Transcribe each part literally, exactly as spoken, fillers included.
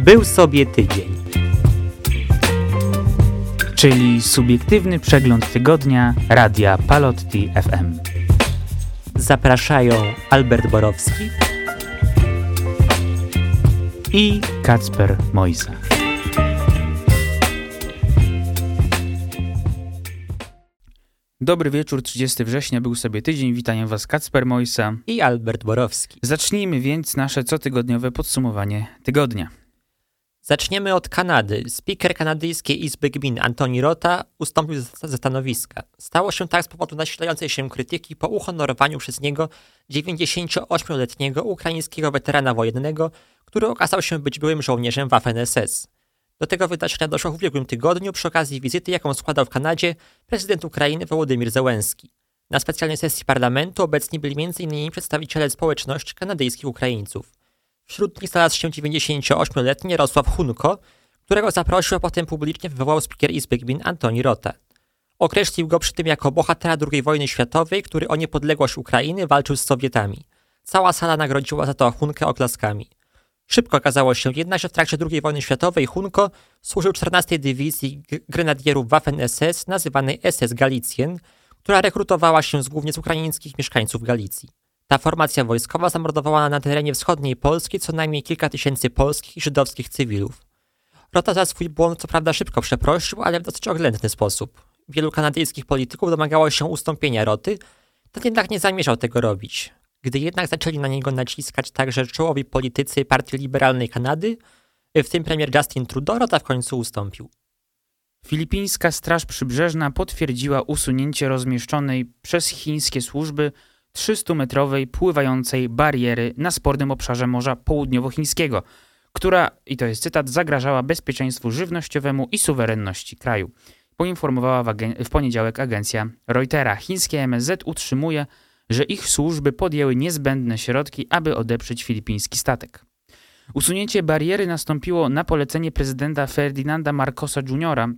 Był sobie tydzień. Czyli subiektywny przegląd tygodnia Radia Palotti F M. Zapraszają Albert Borowski i Kacper Mojsa. Dobry wieczór, trzydziestego września, był sobie tydzień. Witają Was Kacper Mojsa i Albert Borowski. Zacznijmy więc nasze cotygodniowe podsumowanie tygodnia. Zaczniemy od Kanady. Speaker kanadyjskiej Izby Gmin Antoni Rota ustąpił ze stanowiska. Stało się tak z powodu nasilającej się krytyki po uhonorowaniu przez niego dziewięćdziesięcioośmioletniego ukraińskiego weterana wojennego, który okazał się być byłym żołnierzem Waffen S S. Do tego wydarzenia doszło w ubiegłym tygodniu przy okazji wizyty, jaką składał w Kanadzie prezydent Ukrainy Wołodymyr Zełenski. Na specjalnej sesji parlamentu obecni byli między innymi przedstawiciele społeczności kanadyjskich Ukraińców. Wśród nich znalazł się dziewięćdziesięcioośmioletni Jarosław Hunko, którego zaprosił, a potem publicznie wywołał speaker Izby Gmin Antoni Rota. Określił go przy tym jako bohatera drugiej wojny światowej, który o niepodległość Ukrainy walczył z Sowietami. Cała sala nagrodziła za to Hunkę oklaskami. Szybko okazało się jednak, że w trakcie drugiej wojny światowej Hunko służył czternastej Dywizji Grenadierów Waffen S S, nazywanej S S Galicjen, która rekrutowała się z głównie z ukraińskich mieszkańców Galicji. Ta formacja wojskowa zamordowała na terenie wschodniej Polski co najmniej kilka tysięcy polskich i żydowskich cywilów. Rota za swój błąd co prawda szybko przeprosił, ale w dosyć oględny sposób. Wielu kanadyjskich polityków domagało się ustąpienia Roty, ten jednak nie zamierzał tego robić. Gdy jednak zaczęli na niego naciskać także czołowi politycy Partii Liberalnej Kanady, w tym premier Justin Trudeau, Rota w końcu ustąpił. Filipińska Straż Przybrzeżna potwierdziła usunięcie rozmieszczonej przez chińskie służby trzystumetrowej pływającej bariery na spornym obszarze Morza Południowochińskiego, która, i to jest cytat, zagrażała bezpieczeństwu żywnościowemu i suwerenności kraju. Poinformowała w, agen- w poniedziałek agencja Reutera. Chińskie M S Z utrzymuje, że ich służby podjęły niezbędne środki, aby odeprzeć filipiński statek. Usunięcie bariery nastąpiło na polecenie prezydenta Ferdinanda Marcosa juniora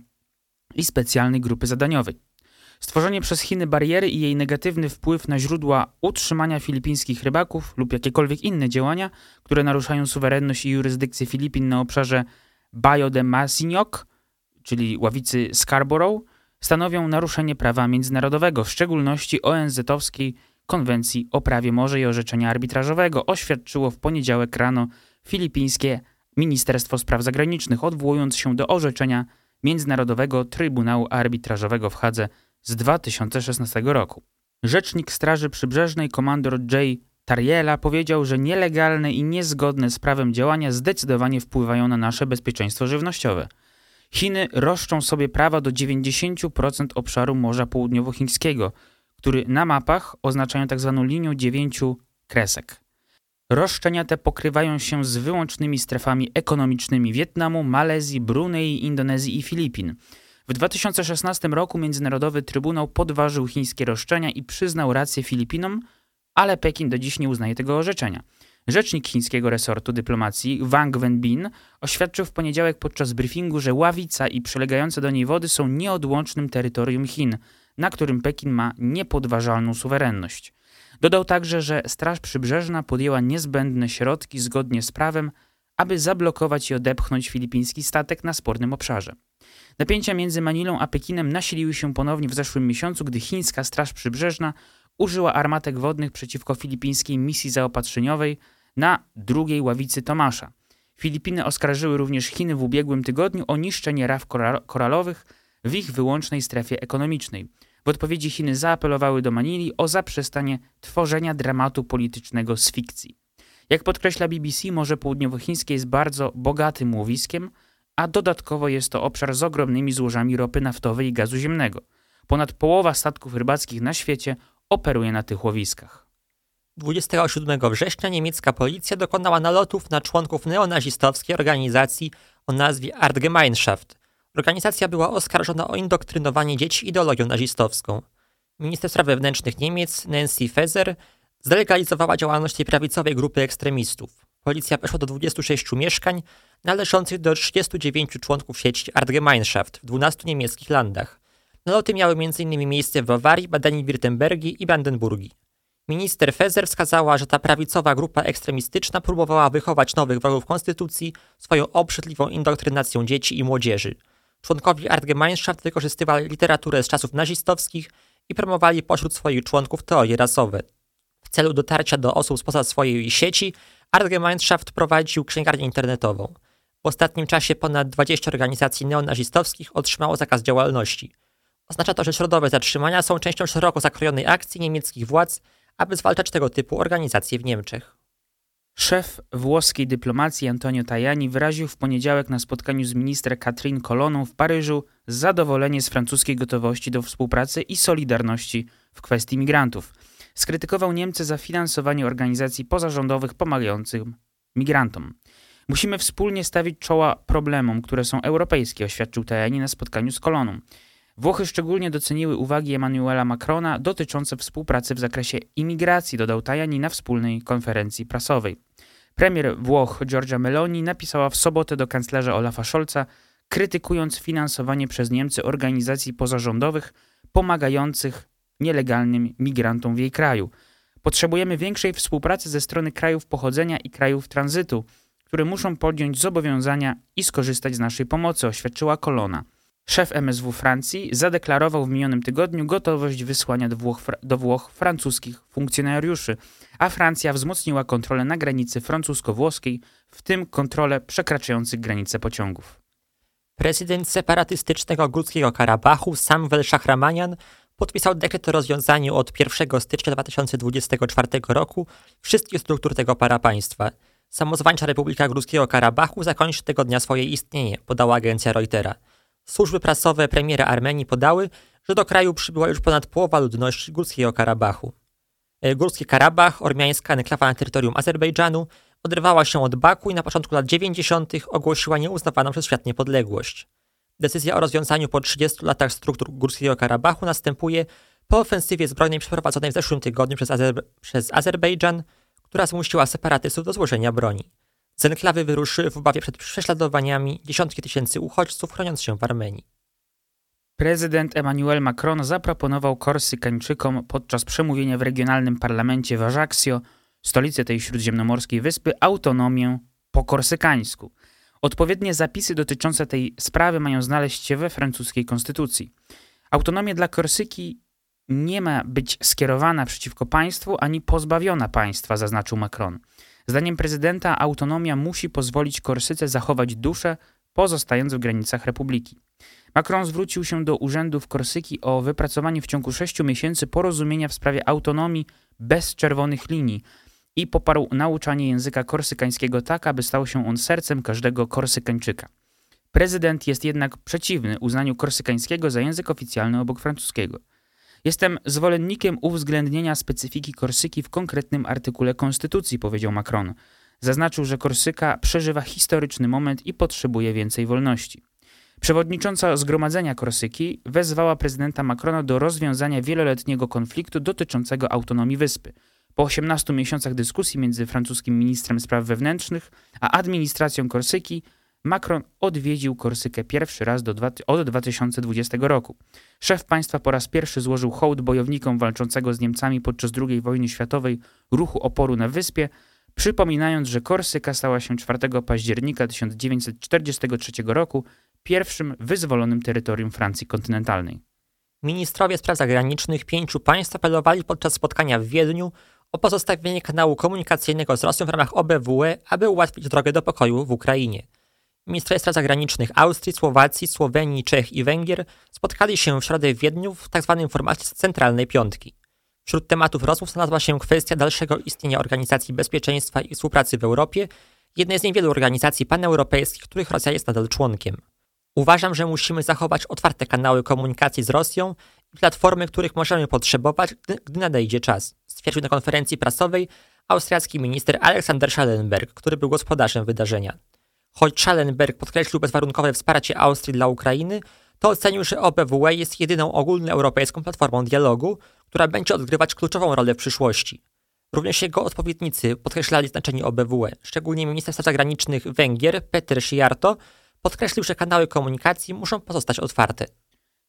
i specjalnej grupy zadaniowej. Stworzenie przez Chiny bariery i jej negatywny wpływ na źródła utrzymania filipińskich rybaków lub jakiekolwiek inne działania, które naruszają suwerenność i jurysdykcję Filipin na obszarze Bajo de Masinloc, czyli ławicy Scarborough, stanowią naruszenie prawa międzynarodowego, w szczególności O N Z-owskiej Konwencji o prawie morza i orzeczenia arbitrażowego, oświadczyło w poniedziałek rano filipińskie Ministerstwo Spraw Zagranicznych, odwołując się do orzeczenia Międzynarodowego Trybunału Arbitrażowego w Hadze z dwa tysiące szesnastego roku. Rzecznik Straży Przybrzeżnej komandor Jay Tariela powiedział, że nielegalne i niezgodne z prawem działania zdecydowanie wpływają na nasze bezpieczeństwo żywnościowe. Chiny roszczą sobie prawa do dziewięćdziesiąt procent obszaru Morza Południowochińskiego, który na mapach oznaczają tzw. linią dziewięciu kresek. Roszczenia te pokrywają się z wyłącznymi strefami ekonomicznymi Wietnamu, Malezji, Brunei, Indonezji i Filipin. W dwa tysiące szesnastym roku Międzynarodowy Trybunał podważył chińskie roszczenia i przyznał rację Filipinom, ale Pekin do dziś nie uznaje tego orzeczenia. Rzecznik chińskiego resortu dyplomacji Wang Wenbin oświadczył w poniedziałek podczas briefingu, że ławica i przylegające do niej wody są nieodłącznym terytorium Chin, na którym Pekin ma niepodważalną suwerenność. Dodał także, że Straż Przybrzeżna podjęła niezbędne środki zgodnie z prawem, aby zablokować i odepchnąć filipiński statek na spornym obszarze. Napięcia między Manilą a Pekinem nasiliły się ponownie w zeszłym miesiącu, gdy chińska Straż Przybrzeżna użyła armatek wodnych przeciwko filipińskiej misji zaopatrzeniowej na drugiej ławicy Tomasza. Filipiny oskarżyły również Chiny w ubiegłym tygodniu o niszczenie raf koralowych w ich wyłącznej strefie ekonomicznej. W odpowiedzi Chiny zaapelowały do Manili o zaprzestanie tworzenia dramatu politycznego z fikcji. Jak podkreśla B B C, Morze Południowochińskie jest bardzo bogatym łowiskiem, a dodatkowo jest to obszar z ogromnymi złożami ropy naftowej i gazu ziemnego. Ponad połowa statków rybackich na świecie operuje na tych łowiskach. dwudziestego siódmego września niemiecka policja dokonała nalotów na członków neonazistowskiej organizacji o nazwie Artgemeinschaft. Organizacja była oskarżona o indoktrynowanie dzieci ideologią nazistowską. Minister spraw wewnętrznych Niemiec Nancy Faeser zdelegalizowała działalność tej prawicowej grupy ekstremistów. Policja weszła do dwudziestu sześciu mieszkań należących do trzydziestu dziewięciu członków sieci Artgemeinschaft w dwunastu niemieckich landach. Naloty miały m.in. miejsce w Bawarii, Badeni-Wirtembergii i Brandenburgii. Minister Faeser wskazała, że ta prawicowa grupa ekstremistyczna próbowała wychować nowych wrogów konstytucji swoją obrzydliwą indoktrynacją dzieci i młodzieży. Członkowie Artgemeinschaft wykorzystywali literaturę z czasów nazistowskich i promowali pośród swoich członków teorie rasowe. W celu dotarcia do osób spoza swojej sieci Artgemeinschaft prowadził księgarnię internetową. W ostatnim czasie ponad dwadzieścia organizacji neonazistowskich otrzymało zakaz działalności. Oznacza to, że środowe zatrzymania są częścią szeroko zakrojonej akcji niemieckich władz, aby zwalczać tego typu organizacje w Niemczech. Szef włoskiej dyplomacji Antonio Tajani wyraził w poniedziałek na spotkaniu z minister Catherine Colonną w Paryżu zadowolenie z francuskiej gotowości do współpracy i solidarności w kwestii migrantów. Skrytykował Niemcy za finansowanie organizacji pozarządowych pomagających migrantom. Musimy wspólnie stawić czoła problemom, które są europejskie, oświadczył Tajani na spotkaniu z Colonną. Włochy szczególnie doceniły uwagi Emmanuela Macrona dotyczące współpracy w zakresie imigracji, dodał Tajani na wspólnej konferencji prasowej. Premier Włoch Giorgia Meloni napisała w sobotę do kanclerza Olafa Scholza, krytykując finansowanie przez Niemcy organizacji pozarządowych pomagających nielegalnym migrantom w jej kraju. Potrzebujemy większej współpracy ze strony krajów pochodzenia i krajów tranzytu, które muszą podjąć zobowiązania i skorzystać z naszej pomocy, oświadczyła Colonna. Szef M S W Francji zadeklarował w minionym tygodniu gotowość wysłania do Włoch, do Włoch francuskich funkcjonariuszy, a Francja wzmocniła kontrolę na granicy francusko-włoskiej, w tym kontrolę przekraczających granice pociągów. Prezydent separatystycznego Górskiego Karabachu Samvel Shahramanian podpisał dekret o rozwiązaniu od pierwszego stycznia dwa tysiące dwudziestego czwartego roku wszystkich struktur tego parapaństwa. Samozwańcza Republika Górskiego Karabachu zakończy tego dnia swoje istnienie, podała agencja Reutera. Służby prasowe premiera Armenii podały, że do kraju przybyła już ponad połowa ludności Górskiego Karabachu. Górski Karabach, ormiańska enklawa na terytorium Azerbejdżanu, oderwała się od Baku i na początku lat dziewięćdziesiątych ogłosiła nieuznawaną przez świat niepodległość. Decyzja o rozwiązaniu po trzydziestu latach struktur Górskiego Karabachu następuje po ofensywie zbrojnej przeprowadzonej w zeszłym tygodniu przez, Azer- przez Azerbejdżan, która zmusiła separatystów do złożenia broni. Z enklawy wyruszyły w obawie przed prześladowaniami dziesiątki tysięcy uchodźców, chroniąc się w Armenii. Prezydent Emmanuel Macron zaproponował Korsykańczykom podczas przemówienia w regionalnym parlamencie w Ajaccio, stolicy tej śródziemnomorskiej wyspy, autonomię po korsykańsku. Odpowiednie zapisy dotyczące tej sprawy mają znaleźć się we francuskiej konstytucji. Autonomia dla Korsyki nie ma być skierowana przeciwko państwu ani pozbawiona państwa, zaznaczył Macron. Zdaniem prezydenta autonomia musi pozwolić Korsyce zachować duszę, pozostając w granicach republiki. Macron zwrócił się do urzędów Korsyki o wypracowanie w ciągu sześciu miesięcy porozumienia w sprawie autonomii bez czerwonych linii i poparł nauczanie języka korsykańskiego tak, aby stał się on sercem każdego Korsykańczyka. Prezydent jest jednak przeciwny uznaniu korsykańskiego za język oficjalny obok francuskiego. Jestem zwolennikiem uwzględnienia specyfiki Korsyki w konkretnym artykule konstytucji, powiedział Macron. Zaznaczył, że Korsyka przeżywa historyczny moment i potrzebuje więcej wolności. Przewodnicząca Zgromadzenia Korsyki wezwała prezydenta Macrona do rozwiązania wieloletniego konfliktu dotyczącego autonomii wyspy. Po osiemnastu miesiącach dyskusji między francuskim ministrem spraw wewnętrznych a administracją Korsyki, Macron odwiedził Korsykę pierwszy raz do dwa, od dwa tysiące dwudziestego roku. Szef państwa po raz pierwszy złożył hołd bojownikom walczącego z Niemcami podczas drugiej wojny światowej ruchu oporu na wyspie, przypominając, że Korsyka stała się czwartego października tysiąc dziewięćset czterdziestego trzeciego roku pierwszym wyzwolonym terytorium Francji kontynentalnej. Ministrowie spraw zagranicznych pięciu państw apelowali podczas spotkania w Wiedniu o pozostawienie kanału komunikacyjnego z Rosją w ramach O B W E, aby ułatwić drogę do pokoju w Ukrainie. Ministrowie spraw zagranicznych Austrii, Słowacji, Słowenii, Czech i Węgier spotkali się w środę w Wiedniu w tzw. formacie Centralnej Piątki. Wśród tematów rozmów znalazła się kwestia dalszego istnienia Organizacji Bezpieczeństwa i Współpracy w Europie, jednej z niewielu organizacji paneuropejskich, których Rosja jest nadal członkiem. Uważam, że musimy zachować otwarte kanały komunikacji z Rosją i platformy, których możemy potrzebować, gdy, gdy nadejdzie czas, stwierdził na konferencji prasowej austriacki minister Alexander Schallenberg, który był gospodarzem wydarzenia. Choć Schallenberg podkreślił bezwarunkowe wsparcie Austrii dla Ukrainy, to ocenił, że O B W E jest jedyną ogólnoeuropejską platformą dialogu, która będzie odgrywać kluczową rolę w przyszłości. Również jego odpowiednicy podkreślali znaczenie O B W E, szczególnie minister spraw zagranicznych Węgier Péter Szijjártó podkreślił, że kanały komunikacji muszą pozostać otwarte.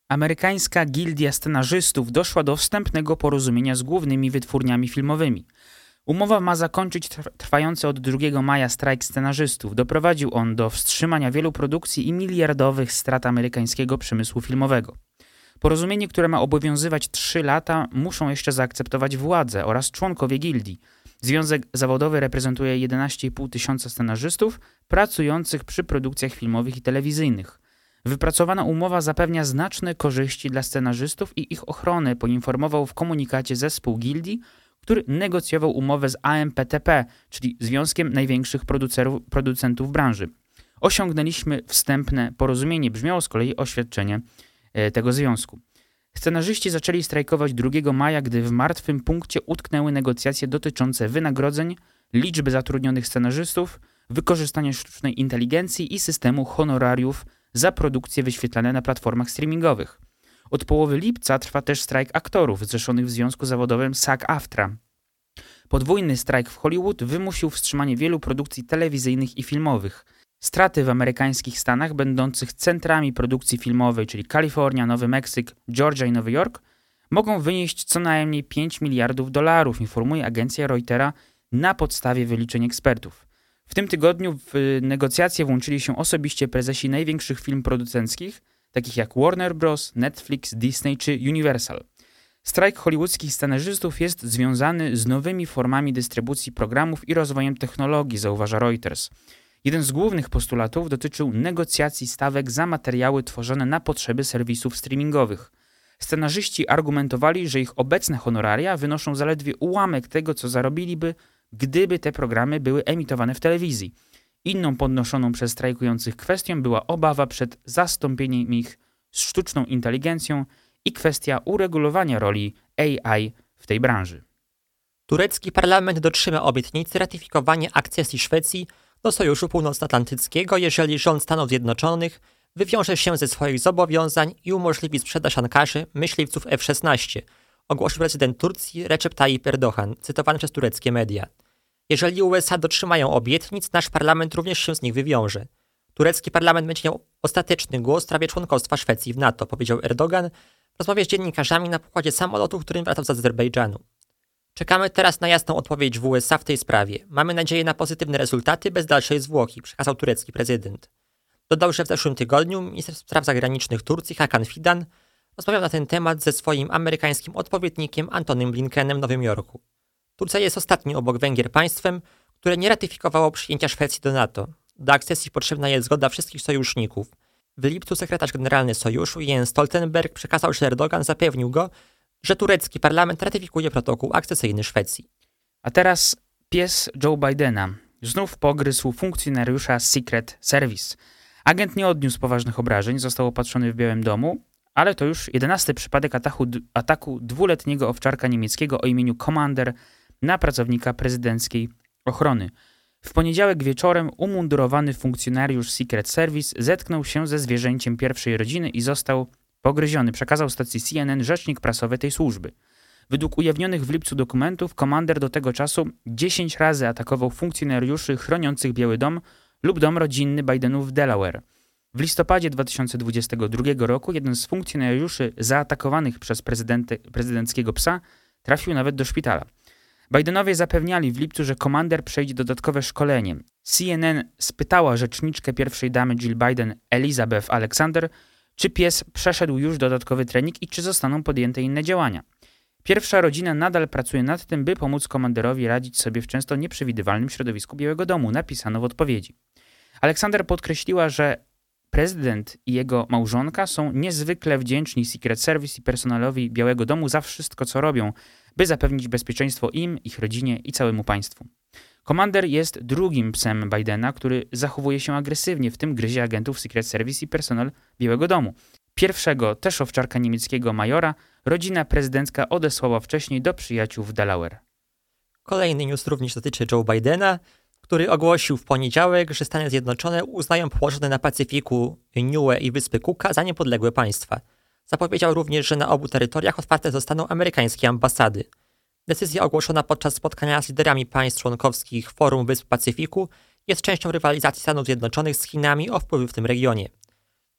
Amerykańska Gildia Scenarzystów doszła do wstępnego porozumienia z głównymi wytwórniami filmowymi. Umowa ma zakończyć trwający od drugiego maja strajk scenarzystów. Doprowadził on do wstrzymania wielu produkcji i miliardowych strat amerykańskiego przemysłu filmowego. Porozumienie, które ma obowiązywać trzy lata, muszą jeszcze zaakceptować władze oraz członkowie gildii. Związek zawodowy reprezentuje jedenaście i pół tysiąca scenarzystów pracujących przy produkcjach filmowych i telewizyjnych. Wypracowana umowa zapewnia znaczne korzyści dla scenarzystów i ich ochronę, poinformował w komunikacie zespół gildii, który negocjował umowę z A M P T P, czyli Związkiem Największych Producentów Branży. Osiągnęliśmy wstępne porozumienie, brzmiało z kolei oświadczenie e, tego związku. Scenarzyści zaczęli strajkować drugiego maja, gdy w martwym punkcie utknęły negocjacje dotyczące wynagrodzeń, liczby zatrudnionych scenarzystów, wykorzystania sztucznej inteligencji i systemu honorariów za produkcje wyświetlane na platformach streamingowych. Od połowy lipca trwa też strajk aktorów zrzeszonych w związku zawodowym SAG-AFTRA. Podwójny strajk w Hollywood wymusił wstrzymanie wielu produkcji telewizyjnych i filmowych. Straty w amerykańskich stanach będących centrami produkcji filmowej, czyli Kalifornia, Nowy Meksyk, Georgia i Nowy Jork, mogą wynieść co najmniej pięć miliardów dolarów, informuje agencja Reutera na podstawie wyliczeń ekspertów. W tym tygodniu w negocjacje włączyli się osobiście prezesi największych firm producenckich, takich jak Warner Bros., Netflix, Disney czy Universal. Strajk hollywoodzkich scenarzystów jest związany z nowymi formami dystrybucji programów i rozwojem technologii, zauważa Reuters. Jeden z głównych postulatów dotyczył negocjacji stawek za materiały tworzone na potrzeby serwisów streamingowych. Scenarzyści argumentowali, że ich obecne honoraria wynoszą zaledwie ułamek tego, co zarobiliby, gdyby te programy były emitowane w telewizji. Inną podnoszoną przez strajkujących kwestią była obawa przed zastąpieniem ich sztuczną inteligencją i kwestia uregulowania roli A I w tej branży. Turecki parlament dotrzyma obietnicy ratyfikowania akcesji Szwecji do Sojuszu Północnoatlantyckiego, jeżeli rząd Stanów Zjednoczonych wywiąże się ze swoich zobowiązań i umożliwi sprzedaż Ankarze myśliwców F szesnaście, ogłosił prezydent Turcji Recep Tayyip Erdoğan, cytowany przez tureckie media. Jeżeli U S A dotrzymają obietnic, nasz parlament również się z nich wywiąże. Turecki parlament będzie miał ostateczny głos w sprawie członkostwa Szwecji w NATO, powiedział Erdoğan w rozmowie z dziennikarzami na pokładzie samolotu, którym wracał z Azerbejdżanu. Czekamy teraz na jasną odpowiedź w U S A w tej sprawie. Mamy nadzieję na pozytywne rezultaty bez dalszej zwłoki, przekazał turecki prezydent. Dodał, że w zeszłym tygodniu minister spraw zagranicznych Turcji Hakan Fidan rozmawiał na ten temat ze swoim amerykańskim odpowiednikiem Antonym Blinkenem w Nowym Jorku. Turcja jest ostatnim obok Węgier państwem, które nie ratyfikowało przyjęcia Szwecji do NATO. Do akcesji potrzebna jest zgoda wszystkich sojuszników. W lipcu sekretarz generalny Sojuszu Jens Stoltenberg przekazał, że Erdoğan zapewnił go, że turecki parlament ratyfikuje protokół akcesyjny Szwecji. A teraz pies Joe Bidena. Znów pogryzł funkcjonariusza Secret Service. Agent nie odniósł poważnych obrażeń, został opatrzony w Białym Domu, ale to już jedenasty przypadek ataku, ataku dwuletniego owczarka niemieckiego o imieniu Commander na pracownika prezydenckiej ochrony. W poniedziałek wieczorem umundurowany funkcjonariusz Secret Service zetknął się ze zwierzęciem pierwszej rodziny i został pogryziony, przekazał stacji C N N rzecznik prasowy tej służby. Według ujawnionych w lipcu dokumentów Commander do tego czasu dziesięć razy atakował funkcjonariuszy chroniących Biały Dom lub dom rodzinny Bidenów w Delaware. W listopadzie dwa tysiące dwudziestego drugiego roku jeden z funkcjonariuszy zaatakowanych przez prezydenckiego psa trafił nawet do szpitala. Bidenowie zapewniali w lipcu, że Commander przejdzie dodatkowe szkolenie. C N N spytała rzeczniczkę pierwszej damy Jill Biden, Elizabeth Alexander, czy pies przeszedł już dodatkowy trening i czy zostaną podjęte inne działania. Pierwsza rodzina nadal pracuje nad tym, by pomóc Commanderowi radzić sobie w często nieprzewidywalnym środowisku Białego Domu, napisano w odpowiedzi. Alexander podkreśliła, że prezydent i jego małżonka są niezwykle wdzięczni Secret Service i personelowi Białego Domu za wszystko, co robią, by zapewnić bezpieczeństwo im, ich rodzinie i całemu państwu. Commander jest drugim psem Bidena, który zachowuje się agresywnie, w tym gryzie agentów Secret Service i personel Białego Domu. Pierwszego, też owczarka niemieckiego Majora, rodzina prezydencka odesłała wcześniej do przyjaciół w Delaware. Kolejny news również dotyczy Joe Bidena, który ogłosił w poniedziałek, że Stany Zjednoczone uznają położone na Pacyfiku Niue i Wyspy Cooka za niepodległe państwa. Zapowiedział również, że na obu terytoriach otwarte zostaną amerykańskie ambasady. Decyzja ogłoszona podczas spotkania z liderami państw członkowskich Forum Wysp Pacyfiku jest częścią rywalizacji Stanów Zjednoczonych z Chinami o wpływy w tym regionie.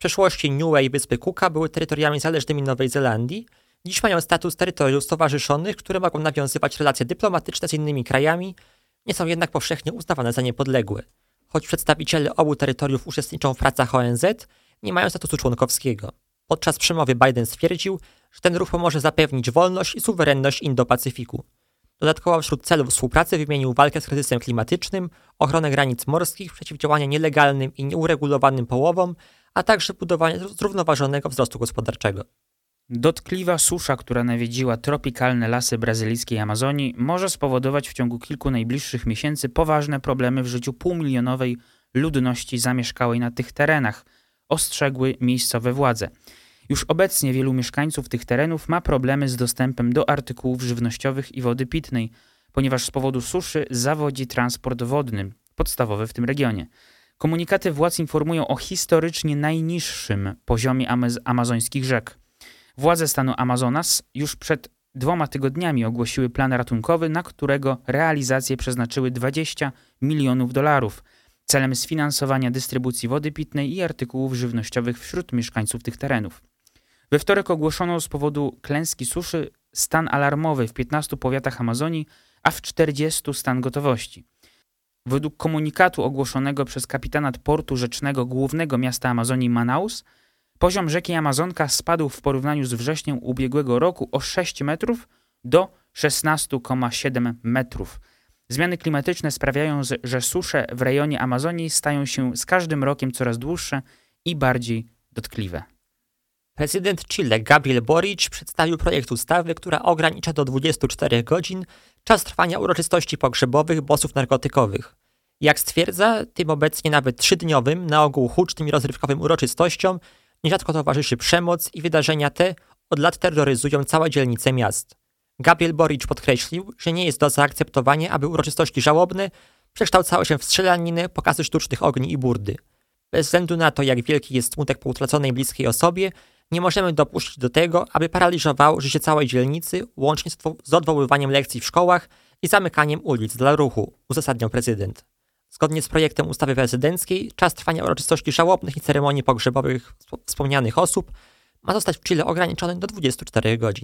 przeszłości Niue i Wyspy Cooka były terytoriami zależnymi Nowej Zelandii. Dziś mają status terytoriów stowarzyszonych, które mogą nawiązywać relacje dyplomatyczne z innymi krajami, nie są jednak powszechnie uznawane za niepodległe. Choć przedstawiciele obu terytoriów uczestniczą w pracach O N Z, nie mają statusu członkowskiego. Podczas przemowy Biden stwierdził, że ten ruch pomoże zapewnić wolność i suwerenność Indo-Pacyfiku. Dodatkowo wśród celów współpracy wymienił walkę z kryzysem klimatycznym, ochronę granic morskich, przeciwdziałanie nielegalnym i nieuregulowanym połowom, a także budowanie zrównoważonego wzrostu gospodarczego. Dotkliwa susza, która nawiedziła tropikalne lasy brazylijskiej Amazonii, może spowodować w ciągu kilku najbliższych miesięcy poważne problemy w życiu półmilionowej ludności zamieszkałej na tych terenach, ostrzegły miejscowe władze. Już obecnie wielu mieszkańców tych terenów ma problemy z dostępem do artykułów żywnościowych i wody pitnej, ponieważ z powodu suszy zawodzi transport wodny, podstawowy w tym regionie. Komunikaty władz informują o historycznie najniższym poziomie amaz- amazońskich rzek. Władze stanu Amazonas już przed dwoma tygodniami ogłosiły plan ratunkowy, na którego realizację przeznaczyły dwadzieścia milionów dolarów, celem sfinansowania dystrybucji wody pitnej i artykułów żywnościowych wśród mieszkańców tych terenów. We wtorek ogłoszono z powodu klęski suszy stan alarmowy w piętnastu powiatach Amazonii, a w czterdziestu stan gotowości. Według komunikatu ogłoszonego przez kapitanat portu rzecznego głównego miasta Amazonii Manaus, poziom rzeki Amazonka spadł w porównaniu z wrześniem ubiegłego roku o sześć metrów do szesnaście przecinek siedem metrów. Zmiany klimatyczne sprawiają, że susze w rejonie Amazonii stają się z każdym rokiem coraz dłuższe i bardziej dotkliwe. Prezydent Chile Gabriel Boric przedstawił projekt ustawy, która ogranicza do dwudziestu czterech godzin czas trwania uroczystości pogrzebowych bossów narkotykowych. Jak stwierdza, tym obecnie nawet trzydniowym, na ogół hucznym i rozrywkowym uroczystościom nierzadko towarzyszy przemoc i wydarzenia te od lat terroryzują całe dzielnice miast. Gabriel Boric podkreślił, że nie jest do zaakceptowania, aby uroczystości żałobne przekształcały się w strzelaninę, pokazy sztucznych ogni i burdy. Bez względu na to, jak wielki jest smutek po utraconej bliskiej osobie, nie możemy dopuścić do tego, aby paraliżowało życie całej dzielnicy, łącznie z odwoływaniem lekcji w szkołach i zamykaniem ulic dla ruchu, uzasadniał prezydent. Zgodnie z projektem ustawy prezydenckiej, czas trwania uroczystości żałobnych i ceremonii pogrzebowych wspomnianych osób ma zostać w Chile ograniczony do dwudziestu czterech godzin.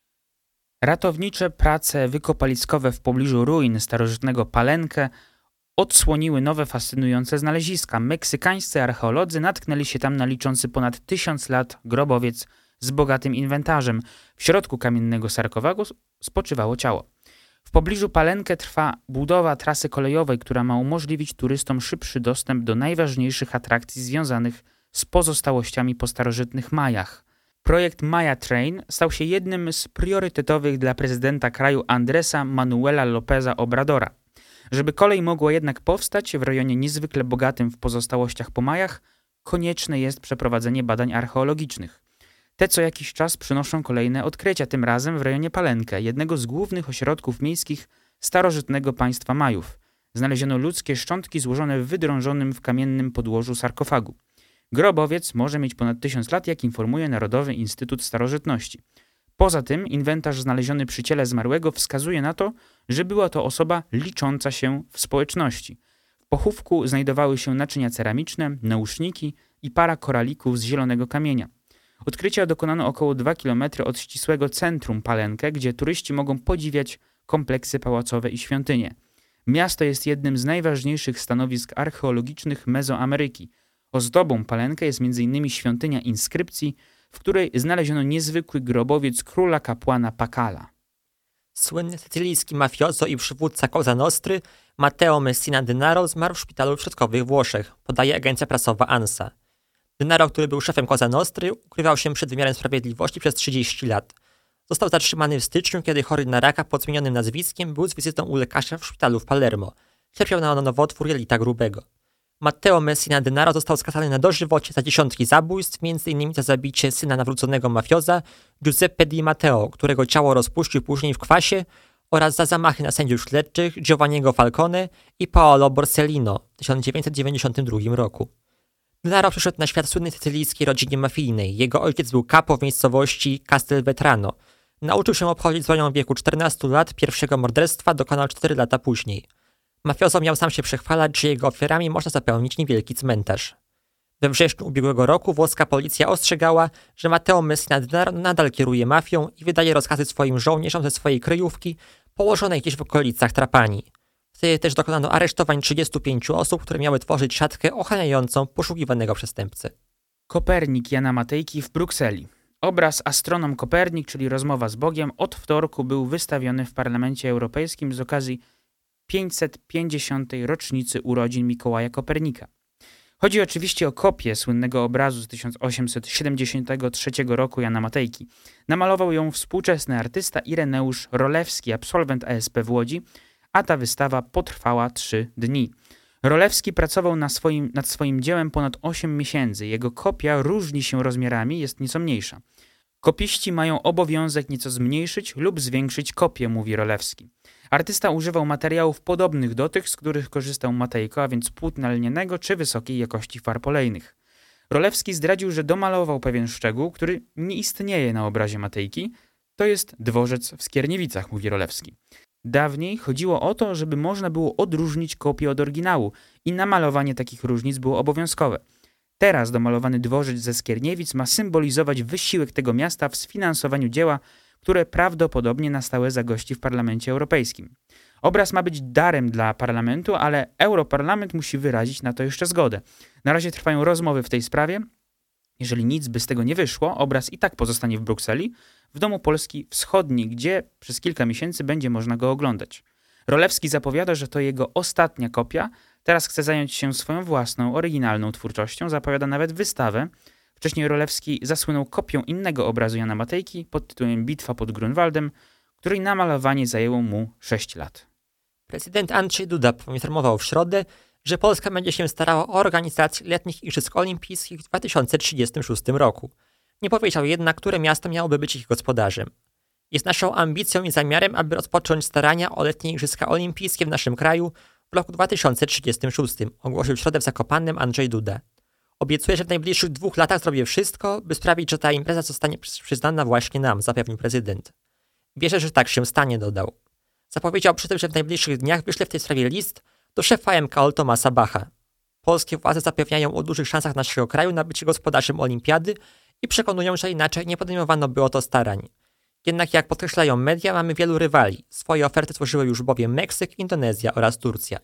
Ratownicze prace wykopaliskowe w pobliżu ruin starożytnego Palenque odsłoniły nowe fascynujące znaleziska. Meksykańscy archeolodzy natknęli się tam na liczący ponad tysiąc lat grobowiec z bogatym inwentarzem. W środku kamiennego sarkofagu spoczywało ciało. W pobliżu Palenque trwa budowa trasy kolejowej, która ma umożliwić turystom szybszy dostęp do najważniejszych atrakcji związanych z pozostałościami po starożytnych Majach. Projekt Maya Train stał się jednym z priorytetowych dla prezydenta kraju Andresa Manuela Lópeza Obradora. Żeby kolej mogła jednak powstać w rejonie niezwykle bogatym w pozostałościach po Majach, konieczne jest przeprowadzenie badań archeologicznych. Te co jakiś czas przynoszą kolejne odkrycia, tym razem w rejonie Palenque, jednego z głównych ośrodków miejskich starożytnego państwa Majów. Znaleziono ludzkie szczątki złożone w wydrążonym w kamiennym podłożu sarkofagu. Grobowiec może mieć ponad tysiąc lat, jak informuje Narodowy Instytut Starożytności. Poza tym inwentarz znaleziony przy ciele zmarłego wskazuje na to, że była to osoba licząca się w społeczności. W pochówku znajdowały się naczynia ceramiczne, nauszniki i para koralików z zielonego kamienia. Odkrycia dokonano około dwa kilometry od ścisłego centrum Palenque, gdzie turyści mogą podziwiać kompleksy pałacowe i świątynie. Miasto jest jednym z najważniejszych stanowisk archeologicznych Mezoameryki. Ozdobą Palenque jest między innymi świątynia inskrypcji, w której znaleziono niezwykły grobowiec króla kapłana Pakala. Słynny sycylijski mafiozo i przywódca Cosa Nostry Matteo Messina Denaro zmarł w szpitalu w środkowych Włoszech, podaje agencja prasowa ANSA. Denaro, który był szefem Cosa Nostry, ukrywał się przed wymiarem sprawiedliwości przez trzydzieści lat. Został zatrzymany w styczniu, kiedy chory na raka pod zmienionym nazwiskiem był z wizytą u lekarza w szpitalu w Palermo. Cierpiał na nowotwór jelita grubego. Matteo Messina Denaro został skazany na dożywocie za dziesiątki zabójstw, między innymi za zabicie syna nawróconego mafioza Giuseppe Di Matteo, którego ciało rozpuścił później w kwasie, oraz za zamachy na sędziów śledczych Giovanniego Falcone i Paolo Borsellino w tysiąc dziewięćset dziewięćdziesiątym drugim roku. Denaro przyszedł na świat w słynnej sycylijskiej rodzinie mafijnej. Jego ojciec był capo w miejscowości Castelvetrano. Nauczył się obchodzić z bronią w wieku czternastu lat, pierwszego morderstwa dokonał cztery lata później. Mafiozo miał sam się przechwalać, że jego ofiarami można zapełnić niewielki cmentarz. We wrześniu ubiegłego roku włoska policja ostrzegała, że Matteo Messina nadal kieruje mafią i wydaje rozkazy swoim żołnierzom ze swojej kryjówki położonej gdzieś w okolicach Trapani. Wtedy też dokonano aresztowań trzydziestu pięciu osób, które miały tworzyć siatkę ochraniającą poszukiwanego przestępcę. Kopernik Jana Matejki w Brukseli. Obraz Astronom Kopernik, czyli Rozmowa z Bogiem, od wtorku był wystawiony w Parlamencie Europejskim z okazji pięćset pięćdziesiątej rocznicy urodzin Mikołaja Kopernika. Chodzi oczywiście o kopię słynnego obrazu z tysiąc osiemset siedemdziesiątego trzeciego roku Jana Matejki. Namalował ją współczesny artysta Ireneusz Rolewski, absolwent A S P w Łodzi, a ta wystawa potrwała trzy dni. Rolewski pracował na swoim, nad swoim dziełem ponad osiem miesięcy. Jego kopia różni się rozmiarami, jest nieco mniejsza. Kopiści mają obowiązek nieco zmniejszyć lub zwiększyć kopię, mówi Rolewski. Artysta używał materiałów podobnych do tych, z których korzystał Matejko, a więc płótna lnianego czy wysokiej jakości farb olejnych. Rolewski zdradził, że domalował pewien szczegół, który nie istnieje na obrazie Matejki. To jest dworzec w Skierniewicach, mówi Rolewski. Dawniej chodziło o to, żeby można było odróżnić kopię od oryginału i namalowanie takich różnic było obowiązkowe. Teraz domalowany dworzec ze Skierniewic ma symbolizować wysiłek tego miasta w sfinansowaniu dzieła, które prawdopodobnie na stałe zagości w Parlamencie Europejskim. Obraz ma być darem dla Parlamentu, ale Europarlament musi wyrazić na to jeszcze zgodę. Na razie trwają rozmowy w tej sprawie. Jeżeli nic by z tego nie wyszło, obraz i tak pozostanie w Brukseli, w Domu Polski Wschodniej, gdzie przez kilka miesięcy będzie można go oglądać. Rolewski zapowiada, że to jego ostatnia kopia, teraz chce zająć się swoją własną, oryginalną twórczością, zapowiada nawet wystawę. Wcześniej Rolewski zasłynął kopią innego obrazu Jana Matejki pod tytułem Bitwa pod Grunwaldem, której namalowanie zajęło mu sześć lat. Prezydent Andrzej Duda poinformował w środę, że Polska będzie się starała o organizację letnich Igrzysk Olimpijskich w dwa tysiące trzydziestym szóstym roku. Nie powiedział jednak, które miasto miałoby być ich gospodarzem. Jest naszą ambicją i zamiarem, aby rozpocząć starania o letnie Igrzyska Olimpijskie w naszym kraju w roku dwa tysiące trzydziestym szóstym, ogłosił w środę w Zakopanem Andrzej Duda. Obiecuję, że w najbliższych dwóch latach zrobię wszystko, by sprawić, że ta impreza zostanie przyznana właśnie nam, zapewnił prezydent. Wierzę, że tak się stanie, dodał. Zapowiedział przy tym, że w najbliższych dniach wyśle w tej sprawie list do szefa M K O L Tomasa Bacha. Polskie władze zapewniają o dużych szansach naszego kraju na bycie gospodarzem olimpiady i przekonują, że inaczej nie podejmowano by o to starań. Jednak jak podkreślają media, mamy wielu rywali. Swoje oferty złożyły już bowiem Meksyk, Indonezja oraz Turcja.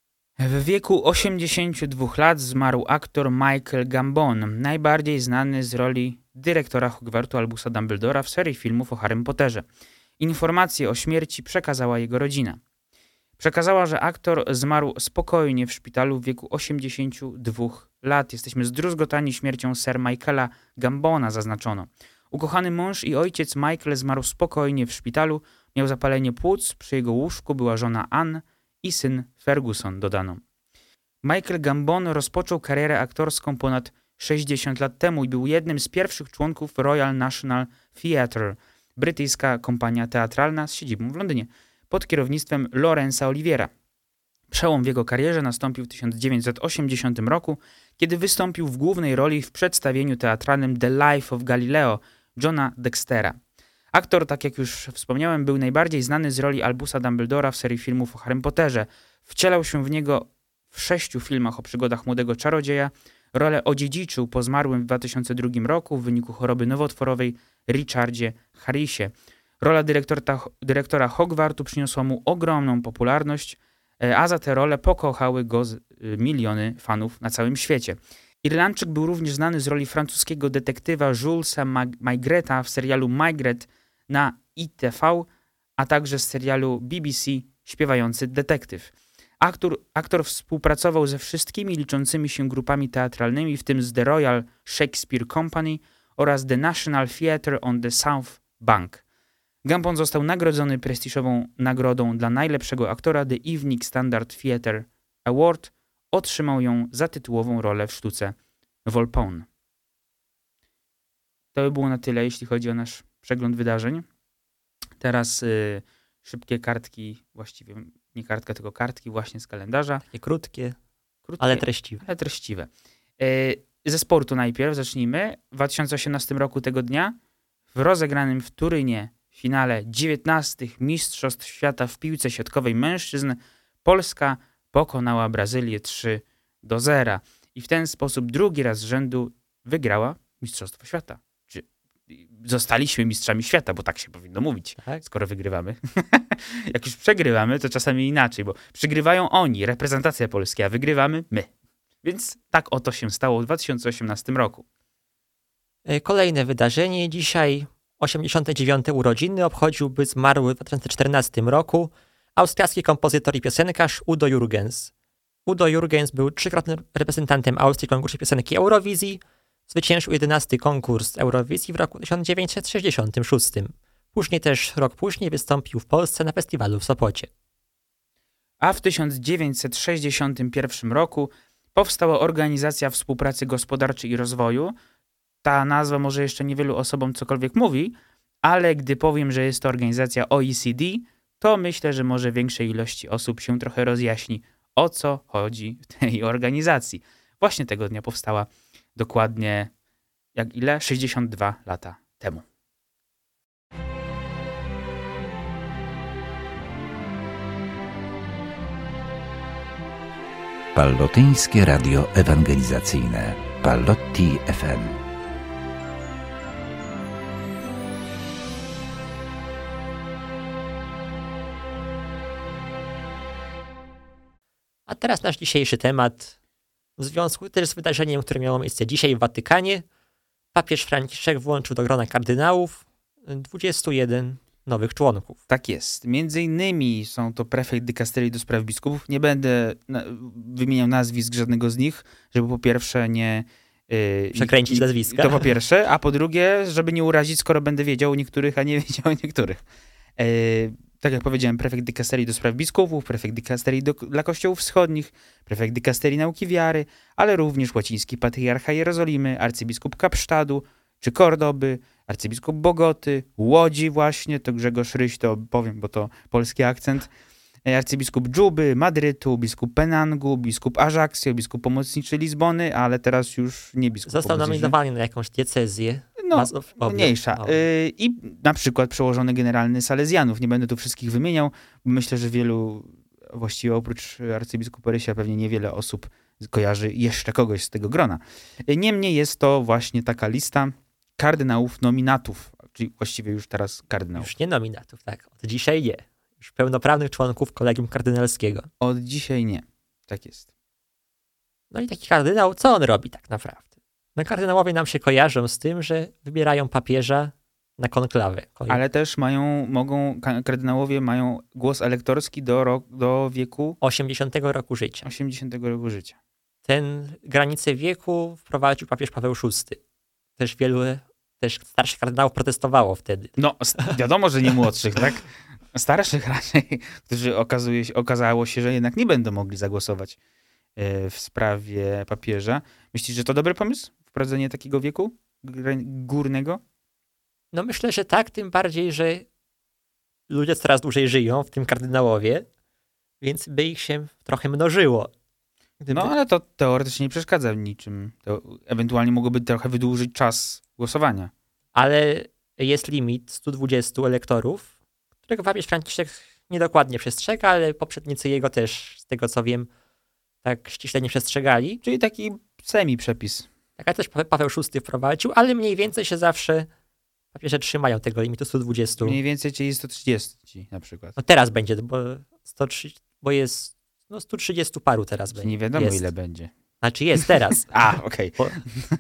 W wieku osiemdziesięciu dwóch lat zmarł aktor Michael Gambon, najbardziej znany z roli dyrektora Hogwartu Albusa Dumbledora w serii filmów o Harrym Potterze. Informację o śmierci przekazała jego rodzina. Przekazała, że aktor zmarł spokojnie w szpitalu w wieku osiemdziesięciu dwóch lat. Jesteśmy zdruzgotani śmiercią Sir Michaela Gambona, zaznaczono. Ukochany mąż i ojciec Michael zmarł spokojnie w szpitalu, miał zapalenie płuc, przy jego łóżku była żona Anne i syn Ferguson, dodano. Michael Gambon rozpoczął karierę aktorską ponad sześćdziesiąt lat temu i był jednym z pierwszych członków Royal National Theatre, brytyjska kompania teatralna z siedzibą w Londynie, pod kierownictwem Laurence'a Oliviera. Przełom w jego karierze nastąpił w tysiąc dziewięćset osiemdziesiątym roku, kiedy wystąpił w głównej roli w przedstawieniu teatralnym The Life of Galileo Johna Dextera. Aktor, tak jak już wspomniałem, był najbardziej znany z roli Albusa Dumbledora w serii filmów o Harrym Potterze. Wcielał się w niego w sześciu filmach o przygodach młodego czarodzieja. Rolę odziedziczył po zmarłym w dwa tysiące drugim roku w wyniku choroby nowotworowej Richardzie Harrisie. Rola dyrektora, dyrektora Hogwartu przyniosła mu ogromną popularność, a za tę rolę pokochały go z, y, miliony fanów na całym świecie. Irlandczyk był również znany z roli francuskiego detektywa Julesa Maigreta w serialu Maigret na I T V, a także z serialu B B C Śpiewający detektyw. Aktor, aktor współpracował ze wszystkimi liczącymi się grupami teatralnymi, w tym z The Royal Shakespeare Company oraz The National Theatre on the South Bank. Gambon został nagrodzony prestiżową nagrodą dla najlepszego aktora The Evening Standard Theatre Award. Otrzymał ją za tytułową rolę w sztuce Volpone. To by było na tyle, jeśli chodzi o nasz przegląd wydarzeń. Teraz y, szybkie kartki, właściwie nie kartka, tylko kartki właśnie z kalendarza. Takie krótkie, krótkie ale treściwe. Ale treściwe. Y, ze sportu najpierw zacznijmy. W dwa tysiące osiemnastym roku tego dnia w rozegranym w Turynie finale dziewiętnastych Mistrzostw Świata w piłce siatkowej mężczyzn Polska pokonała Brazylię trzy do zera. i w ten sposób drugi raz z rzędu wygrała Mistrzostwo Świata. Czy zostaliśmy mistrzami świata, bo tak się powinno mówić, Tak? skoro wygrywamy. Jak już przegrywamy, to czasami inaczej, bo przegrywają oni, reprezentacja polska, a wygrywamy my. Więc tak oto się stało w dwa tysiące osiemnastym roku. Kolejne wydarzenie. Dzisiaj osiemdziesiąte dziewiąte urodziny obchodziłby zmarły w dwa tysiące czternastym roku austriacki kompozytor i piosenkarz Udo Jürgens. Udo Jürgens był trzykrotnym reprezentantem Austrii w konkursie piosenki Eurowizji. Zwyciężył jedenasty konkurs Eurowizji w roku tysiąc dziewięćset sześćdziesiątym szóstym. Później też, rok później, wystąpił w Polsce na festiwalu w Sopocie. A w tysiąc dziewięćset sześćdziesiątym pierwszym roku powstała Organizacja Współpracy Gospodarczej i Rozwoju. Ta nazwa może jeszcze niewielu osobom cokolwiek mówi, ale gdy powiem, że jest to organizacja O E C D, to myślę, że może większej ilości osób się trochę rozjaśni, o co chodzi w tej organizacji. Właśnie tego dnia powstała dokładnie, jak ile? sześćdziesiąt dwa lata temu. Pallotyńskie Radio Ewangelizacyjne Pallotti F M. A teraz nasz dzisiejszy temat, w związku też z wydarzeniem, które miało miejsce dzisiaj w Watykanie. Papież Franciszek włączył do grona kardynałów dwudziestu jeden nowych członków. Tak jest. Między innymi są to prefekt dykasterii do spraw biskupów. Nie będę na, wymieniał nazwisk żadnego z nich, żeby po pierwsze nie... Yy, Przekręcić i, nazwiska. To po pierwsze, a po drugie, żeby nie urazić, skoro będę wiedział o niektórych, a nie wiedział o niektórych. Yy, tak jak powiedziałem, prefekt dykasterii do spraw biskupów, prefekt dykasterii do, dla kościołów wschodnich, prefekt dykasterii nauki wiary, ale również łaciński patriarcha Jerozolimy, arcybiskup Kapsztadu czy Kordoby, arcybiskup Bogoty, Łodzi właśnie, to Grzegorz Ryś, to powiem, bo to polski akcent, arcybiskup Dżuby, Madrytu, biskup Penangu, biskup Ajaccio, biskup pomocniczy Lizbony, ale teraz już nie biskup Został pomocniczy. nominowany na jakąś diecezję. No, Mazów, mniejsza. no. Yy, I na przykład przełożony generalny Salezjanów. Nie będę tu wszystkich wymieniał. Myślę, że wielu, właściwie oprócz arcybiskupa Rysia, pewnie niewiele osób kojarzy jeszcze kogoś z tego grona. Niemniej jest to właśnie taka lista kardynałów nominatów, czyli właściwie już teraz kardynałów. Już nie nominatów, tak. Od dzisiaj nie. Już pełnoprawnych członków kolegium kardynalskiego. Od dzisiaj nie. Tak jest. No i taki kardynał, co on robi tak naprawdę? No kardynałowie nam się kojarzą z tym, że wybierają papieża na konklawę. Ale też mają, mogą, kardynałowie mają głos elektorski do, rok, do wieku osiemdziesiątego roku życia. osiemdziesiątego roku życia. Ten granicę wieku wprowadził papież Paweł szósty. Też wielu, też starszych kardynałów protestowało wtedy. No, wiadomo, że nie młodszych, tak? Starszych raczej, którzy okazuje się, okazało się, że jednak nie będą mogli zagłosować w sprawie papieża. Myślisz, że to dobry pomysł? Wprowadzenie takiego wieku górnego? No myślę, że tak, tym bardziej, że ludzie coraz dłużej żyją, w tym kardynałowie, więc by ich się trochę mnożyło. Gdyby... No ale to teoretycznie nie przeszkadza w niczym. To ewentualnie mogłoby trochę wydłużyć czas głosowania. Ale jest limit stu dwudziestu elektorów, którego papież Franciszek niedokładnie przestrzega, ale poprzednicy jego też, z tego co wiem, tak ściśle nie przestrzegali. Czyli taki semi-przepis. Tak, ale też Paweł szósty wprowadził, ale mniej więcej się zawsze papieże trzymają tego limitu stu dwudziestu. Mniej więcej, czyli sto trzydzieści na przykład. No teraz będzie, bo, sto trzydzieści, bo jest no stu trzydziestu paru teraz będzie. Nie wiadomo jest. Ile będzie. Znaczy jest teraz. A, okej. Okay.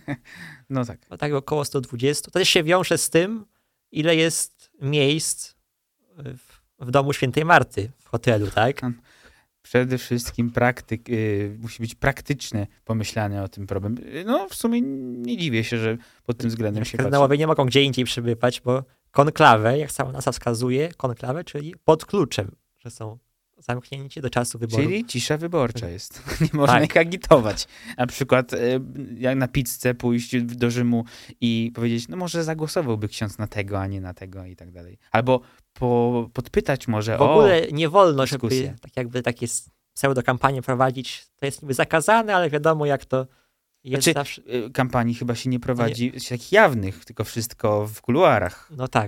No tak. No tak około stu dwudziestu. To też się wiąże z tym, ile jest miejsc w, w domu świętej Marty, w hotelu, tak? Przede wszystkim praktyk, yy, musi być praktyczne pomyślanie o tym problem. No w sumie nie dziwię się, że pod tym względem się Kardynałowie patrzy. nie mogą gdzie indziej przybywać, bo konklawę, jak sama nazwa wskazuje, konklawę, czyli pod kluczem, że są zamknięci do czasu wyboru. Czyli cisza wyborcza jest. Nie można tak. ich agitować. Na przykład yy, jak na pizzę pójść do Rzymu i powiedzieć, no może zagłosowałby ksiądz na tego, a nie na tego i tak dalej. Albo po, podpytać może w o... W ogóle nie wolno, dyskusję. żeby tak jakby takie pseudokampanie prowadzić. To jest niby zakazane, ale wiadomo jak to jest znaczy, zawsze... kampanii chyba się nie prowadzi nie. takich jawnych, tylko wszystko w kuluarach. No tak.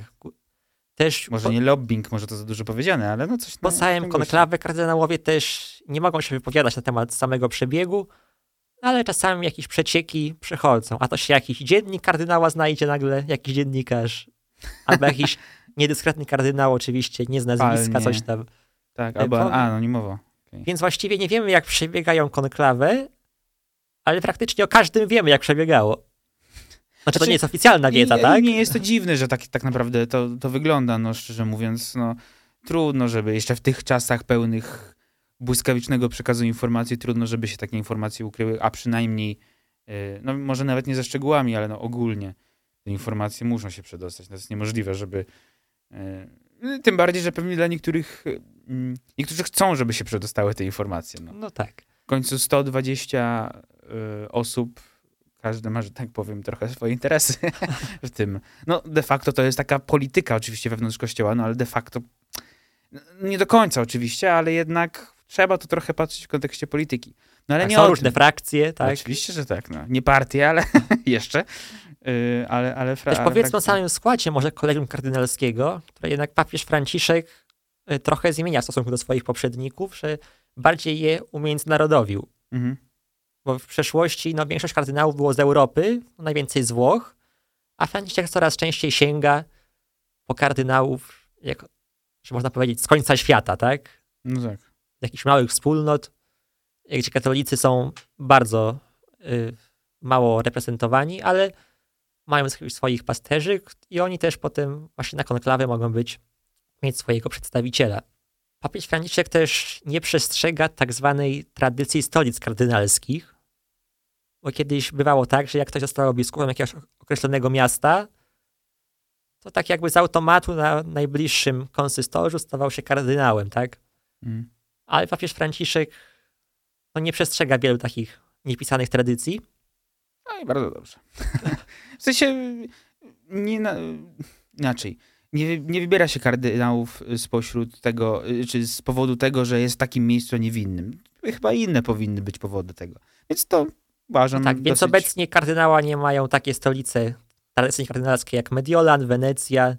Też może po, nie lobbying, może to za dużo powiedziane, ale no coś... Po no, całym konklawę kardynałowie też nie mogą się wypowiadać na temat samego przebiegu, ale czasami jakieś przecieki przychodzą, a to się jakiś dziennik kardynała znajdzie nagle, jakiś dziennikarz, albo jakiś niedyskretny kardynał oczywiście, nie z nazwiska, Palnie. coś tam. Tak, albo Powie- anonimowo. Okay. Więc właściwie nie wiemy, jak przebiegają konklawy, ale praktycznie o każdym wiemy, jak przebiegało. Znaczy, to nie jest oficjalna wiedza, I, tak? I nie jest to dziwne, że tak, tak naprawdę to, to wygląda, no szczerze mówiąc, no trudno, żeby jeszcze w tych czasach pełnych błyskawicznego przekazu informacji, trudno, żeby się takie informacje ukryły, a przynajmniej, yy, no może nawet nie ze szczegółami, ale no ogólnie te informacje muszą się przedostać. To jest niemożliwe, żeby... Yy, tym bardziej, że pewnie dla niektórych, yy, niektórzy chcą, żeby się przedostały te informacje. No. No tak. W końcu sto dwadzieścia yy, osób, każdy ma, że tak powiem, trochę swoje interesy w tym. No de facto to jest taka polityka oczywiście wewnątrz Kościoła, no ale de facto nie do końca oczywiście, ale jednak trzeba to trochę patrzeć w kontekście polityki. No ale Tak, nie są o różne tym. frakcje, tak? Oczywiście, że tak. No. Nie partie, ale jeszcze. Yy, ale, ale fra- Też powiedzmy frakcje. o samym składzie może kolegium kardynalskiego, które jednak papież Franciszek y, trochę zmienia w stosunku do swoich poprzedników, że bardziej je umiędzynarodowił. Mhm. Bo w przeszłości no, większość kardynałów było z Europy, no, najwięcej z Włoch, a Franciszek coraz częściej sięga po kardynałów, jak, że można powiedzieć, z końca świata, tak? No tak. Z jakichś małych wspólnot, gdzie katolicy są bardzo y, mało reprezentowani, ale mają swoich pasterzy i oni też potem właśnie na konklawy mogą być, mieć swojego przedstawiciela. Papież Franciszek też nie przestrzega tak zwanej tradycji stolic kardynalskich, bo kiedyś bywało tak, że jak ktoś został biskupem jakiegoś określonego miasta, to tak jakby z automatu na najbliższym konsystorzu stawał się kardynałem, tak? Mhm. Ale papież Franciszek no, nie przestrzega wielu takich niepisanych tradycji. No i bardzo dobrze. W sensie nie na, inaczej. Nie, nie wybiera się kardynałów spośród tego, czy z powodu tego, że jest w takim miejscu, a nie w innym. Chyba inne powinny być powody tego. Więc to uważam No tak, więc dosyć... obecnie kardynała nie mają takie stolice tradycyjnie kardynalskie jak Mediolan, Wenecja,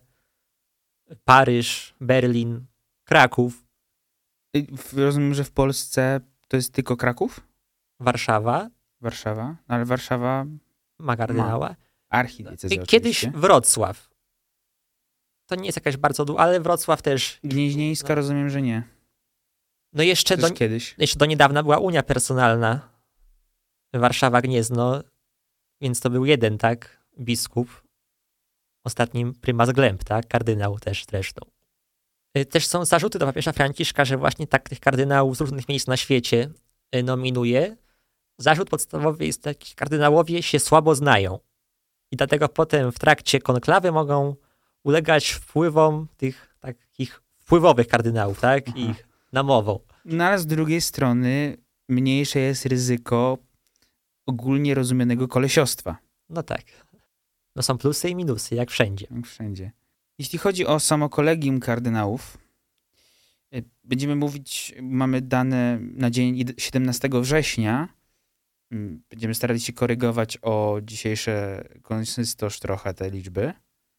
Paryż, Berlin, Kraków, Rozumiem, że w Polsce to jest tylko Kraków? Warszawa Warszawa? Ale Warszawa ma kardynała. archidiecezja I Kiedyś oczywiście. Wrocław. To nie jest jakaś bardzo długa, ale Wrocław też. Gnieźnieńska no, rozumiem, że nie. No jeszcze Też do, kiedyś. jeszcze do niedawna była Unia Personalna Warszawa-Gniezno, więc to był jeden, tak, biskup. Ostatnim prymas Gleb, tak, kardynał też zresztą. Y, Też są zarzuty do papieża Franciszka, że właśnie tak tych kardynałów z różnych miejsc na świecie y, nominuje. Zarzut podstawowy jest taki, kardynałowie się słabo znają. I dlatego potem w trakcie konklawy mogą ulegać wpływom tych takich wpływowych kardynałów, tak, Aha. ich namową. No ale z drugiej strony mniejsze jest ryzyko ogólnie rozumianego kolesiostwa. No tak. No są plusy i minusy, jak wszędzie. Jak wszędzie. Jeśli chodzi o samo kolegium kardynałów, y, będziemy mówić, mamy dane na dzień jed- siedemnastego września. Mm, Będziemy starali się korygować o dzisiejsze konsystoż trochę te liczby.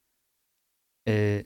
Y,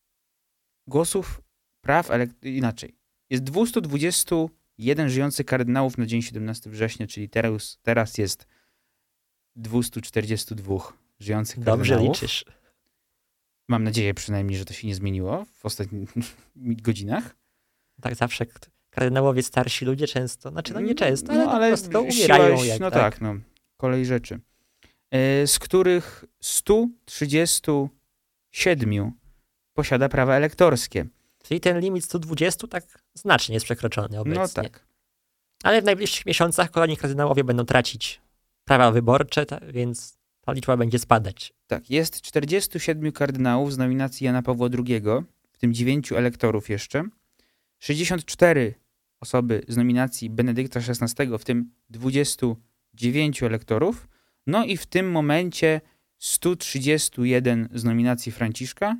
Głosów praw, ale inaczej. Jest dwieście dwadzieścia jeden żyjących kardynałów na dzień siedemnastego września, czyli teraz, teraz jest dwieście czterdzieści dwa żyjących Dobrze kardynałów. liczysz. Mam nadzieję przynajmniej, że to się nie zmieniło w ostatnich godzinach. Tak zawsze k- kardynałowie starsi ludzie często, znaczy no nie często, ale, No, po prostu siła- umierają. Jak no tak. tak, no. Kolej rzeczy. E, Z których sto trzydzieści siedem posiada prawa elektorskie. Czyli ten limit sto dwadzieścia tak znacznie jest przekroczony obecnie. No tak. Ale w najbliższych miesiącach kolejni kardynałowie będą tracić prawa wyborcze, ta, więc ta liczba będzie spadać. Tak, jest czterdziestu siedmiu kardynałów z nominacji Jana Pawła drugiego, w tym dziewięciu elektorów jeszcze, sześćdziesiąt cztery osoby z nominacji Benedykta szesnastego, w tym dwudziestu dziewięciu elektorów, no i w tym momencie sto trzydzieści jeden z nominacji Franciszka.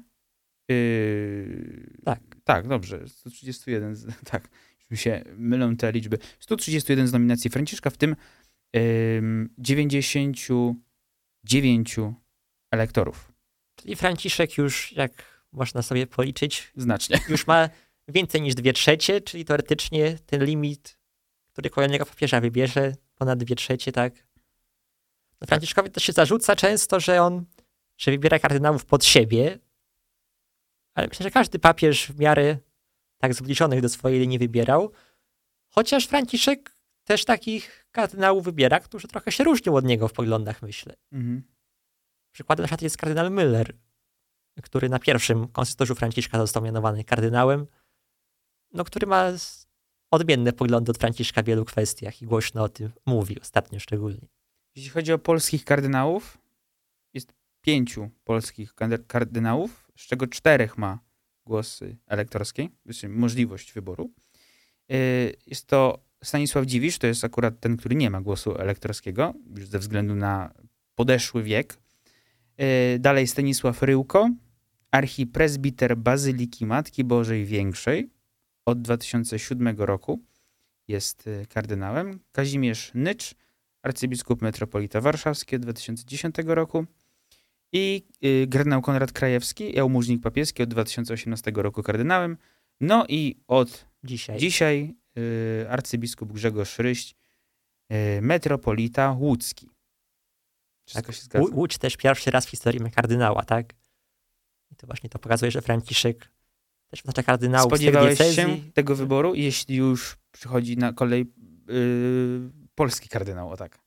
Yy, Tak. Tak, dobrze, sto trzydzieści jeden, z- tak, już mi się mylą te liczby. sto trzydzieści jeden z nominacji Franciszka, w tym ym, dziewięćdziesięciu dziewięciu elektorów. Czyli Franciszek już, jak można sobie policzyć, Znacznie. już ma więcej niż dwie trzecie, czyli teoretycznie ten limit, który kolejnego papieża wybierze, ponad dwie trzecie, tak? No, Franciszkowi to się zarzuca często, że on, że wybiera kardynałów pod siebie, ale myślę, że każdy papież w miarę tak zbliżonych do swojej linii wybierał, chociaż Franciszek też takich kardynałów wybiera, którzy trochę się różnią od niego w poglądach, myślę. Mhm. Przykładem na przykład jest kardynał Müller, który na pierwszym konsystorzu Franciszka został mianowany kardynałem, no, który ma odmienne poglądy od Franciszka w wielu kwestiach i głośno o tym mówi, ostatnio szczególnie. Jeśli chodzi o polskich kardynałów, jest pięciu polskich kardynałów, z czego czterech ma głos elektorski, znaczy możliwość wyboru. Jest to Stanisław Dziwisz, to jest akurat ten, który nie ma głosu elektorskiego, już ze względu na podeszły wiek. Dalej Stanisław Ryłko, archipresbiter Bazyliki Matki Bożej Większej, od dwa tysiące siódmego roku jest kardynałem. Kazimierz Nycz, arcybiskup metropolita warszawski od dwa tysiące dziesiątego roku. I y, kardynał Konrad Krajewski, jałmużnik papieski od dwa tysiące osiemnastego roku kardynałem. No i od Dzisiaj, dzisiaj y, arcybiskup Grzegorz Ryś, y, metropolita łódzki. Wszystko tak, się zgadza? Łó- Łódź też pierwszy raz w historii ma kardynała, tak? I to właśnie to pokazuje, że Franciszek też oznacza kardynałów z tych Spodziewałeś diecezji. się tego wyboru, jeśli już przychodzi na kolej y, polski kardynał, o tak?